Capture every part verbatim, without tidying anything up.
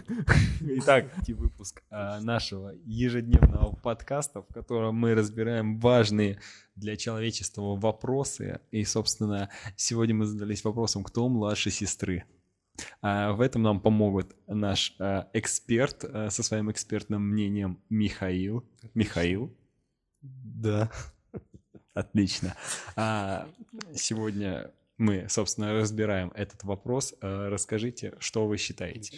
Итак, третий выпуск а, нашего ежедневного подкаста, в котором мы разбираем важные для человечества вопросы. И, собственно, сегодня мы задались вопросом, кто младше сестры. А, в этом нам помогут наш а, эксперт а, со своим экспертным мнением Михаил. Михаил? Да. Отлично. А, сегодня мы, собственно, разбираем этот вопрос. А, расскажите, что вы считаете?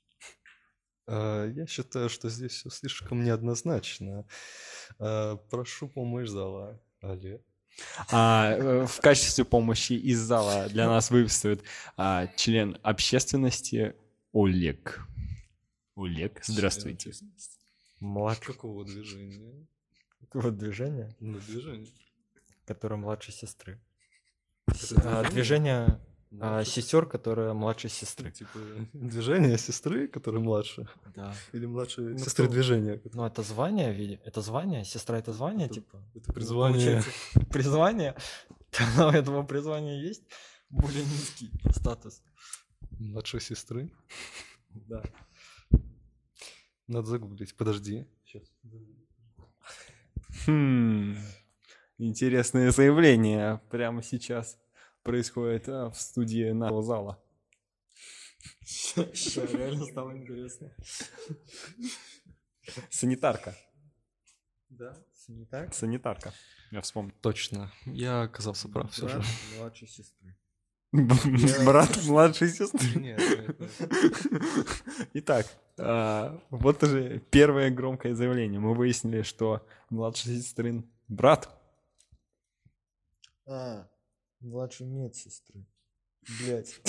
Я считаю, что здесь все слишком неоднозначно. Прошу помощь зала. Олег. А, в качестве помощи из зала для нас выступит а, член общественности Олег. Олег, здравствуйте. Младше. Какого движения? Какого движения? Ну, движение. Которое младше сестры. Это А, движение а, сестер, которая младше сестры. Типа движение сестры, которая младше. Да. Или младше Ну, сестры кто? движения. Ну, это звание, види- это звание, сестра это звание, Это- типа. Это призвание. Получается, призвание. У этого призвания есть более низкий статус. Младшей сестры. Да. Надо загуглить. Подожди. Сейчас. Хм, интересное заявление прямо сейчас происходит а, в студии нашего зала. Сейчас реально стало интересно. Санитарка. Да, не так? Санитарка. Я вспомнил. Точно. Я оказался прав все же. Брат младшей сестры. Брат младшей сестры. Нет, нет, нет. Итак, а, вот уже первое громкое заявление. Мы выяснили, что младший сестрин брат. А, младшей медсестры. Блять.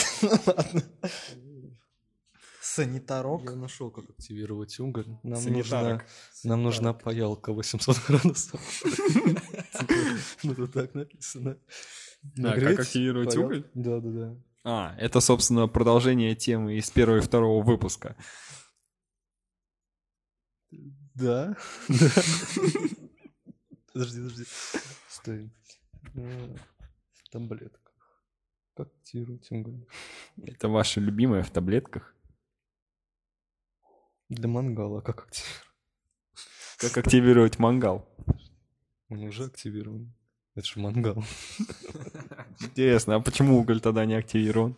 Санитарок. Я нашел, как активировать уголь. Нам Санитарок. нужна, нам нужна паялка восемьсот градусов. Ну, тут так написано. Да, как активировать паял- уголь? Да, да, да. А, это, собственно, продолжение темы из первого и второго выпуска. Да. Да. Подожди, подожди. Стой. Э, В таблетках. Как активировать уголь? Это ваше любимое в таблетках. Для мангала как активировать? Как активировать мангал. Он уже активирован. Это же мангал. Интересно, а почему уголь тогда не активирован?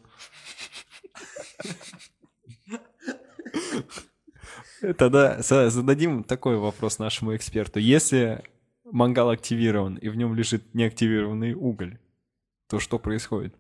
Тогда за- зададим такой вопрос нашему эксперту. Если мангал активирован и в нем лежит неактивированный уголь, то что происходит?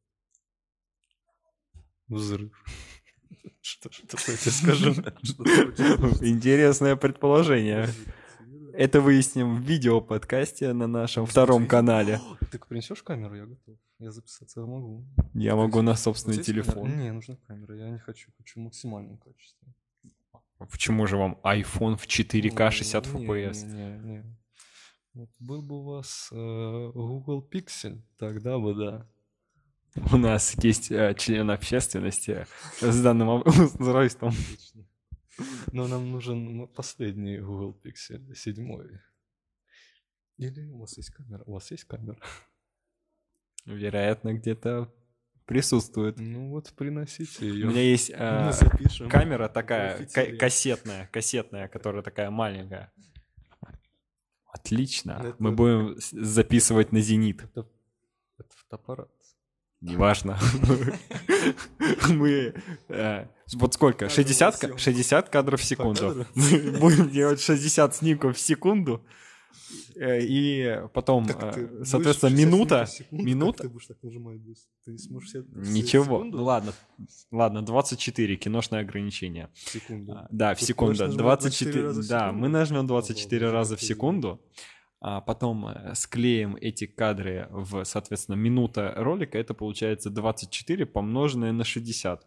Взрыв. Что, что я тебе скажу? Интересное предположение. Это выясним в видеоподкасте на нашем втором канале. Ты принесешь камеру? Я готов. Я записаться могу. Я могу на Вот собственный здесь камера? телефон. Не, нужна камера. Я не хочу. Хочу в максимальном качестве. Почему же вам iPhone в четыре ка шестьдесят Не, эф пи эс? Не, не, не. Вот был бы у вас э, Google Pixel, тогда бы да. У нас есть э, член общественности с данным устройством. Но нам нужен последний Google Pixel, седьмой. Или у вас есть камера? У вас есть камера? Вероятно, где-то присутствует. Ну вот приносите У ее. меня есть э, Мы запишем. камера такая, ка- Официально. кассетная, кассетная, которая такая маленькая. Отлично. Это- Мы будем с- записывать на зенит. Это, это фотоаппарат. Неважно. Мы... э, Вот сколько? шестьдесят ка- шестьдесят кадров в секунду. Мы будем делать шестьдесят снимков в секунду. э, И потом, э, соответственно, минута... Минута... Ты будешь так нажимать быстро? Ты не сможешь себе... Ничего. Ну ладно. Ладно, двадцать четыре. Киношное ограничение. В секунду. А, Да, в Ты секунду. хочешь нажимать двадцать двадцать четыре четыре. раза в Да, секунду? мы нажмем двадцать четыре Ого, раза в как секунду, а потом э, склеим эти кадры в, соответственно, минута ролика. Это получается двадцать четыре помноженное на шестьдесят.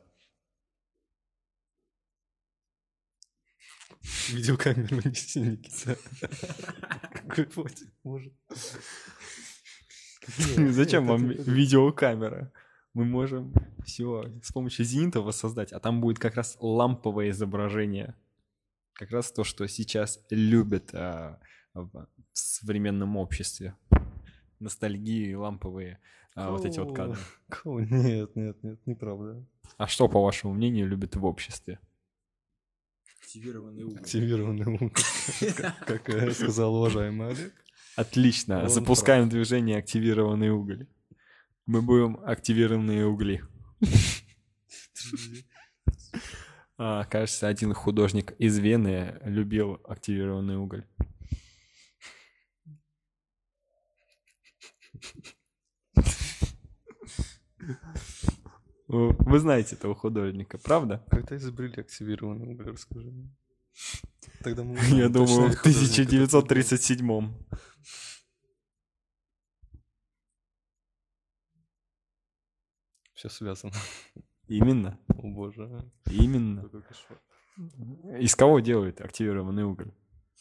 Видеокамеру неси, Никита. Какой фотик, может? Зачем это- вам это- видеокамера? Мы можем все с помощью зенита воссоздать, а там будет как раз ламповое изображение. Как раз то, что сейчас любят а, в современном обществе. Ностальгии, ламповые а, вот эти вот кадры. Кого? Нет, нет, нет, неправда. А что, по вашему мнению, любят в обществе? Активированный уголь. Активированный уголь. Как- Как э, сказал уважаемый Олег. Отлично. Он Запускаем движение активированный уголь. Мы будем активированные угли. А, кажется, один художник из Вены любил активированный уголь. Вы знаете этого художника, правда? Когда изобрели активированный уголь, расскажи мне. Тогда мы Я узнаем, точно думаю, ли в художник тысяча девятьсот тридцать седьмом. Все связано. Именно. О боже. Именно. Какой кошмар. Из кого делают активированный уголь?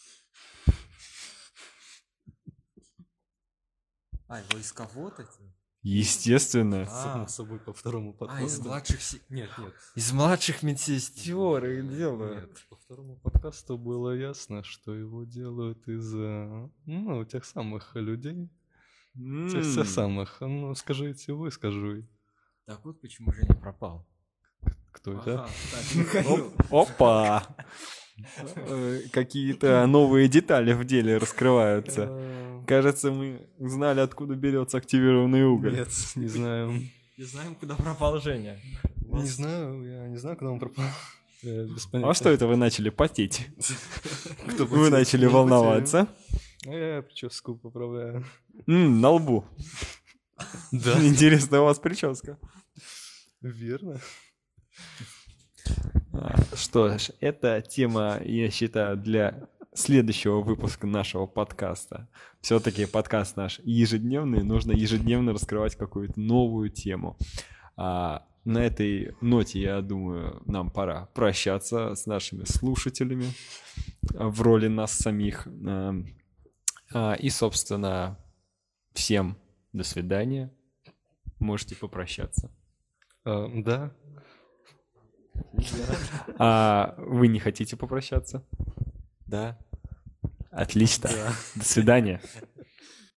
А, его из кого-то? Естественно. Само собой по второму А, из подкасту. младших... се- Нет, нет. Из младших медсестер их делают. Нет, по второму подкасту было ясно, что его делают из, э, ну, тех самых людей. Тех, тех самых. Ну, скажите вы, скажу. я. Так вот почему Женя пропал. Кто это? Ага, так, Михаил. Опа! Э, Какие-то новые детали в деле раскрываются. Э, Кажется, мы знали, откуда берется активированный уголь. Нет, не знаю. Не знаем, куда пропал Женя. Не знаю, я не знаю, куда он пропал. Я без А понятия. что это вы начали потеть? Кто Вы потеет? начали Не волноваться? потею. А я прическу поправляю. М, На лбу. Да. Интересная у вас прическа. Верно. А, Что ж, эта тема, я считаю, для следующего выпуска нашего подкаста. Все-таки подкаст наш ежедневный, нужно ежедневно раскрывать какую-то новую тему. А на этой ноте, я думаю, нам пора прощаться с нашими слушателями в роли нас самих. А, а, И, собственно, всем до свидания. Можете попрощаться. А, да. А вы не хотите попрощаться? Да. Отлично. До свидания.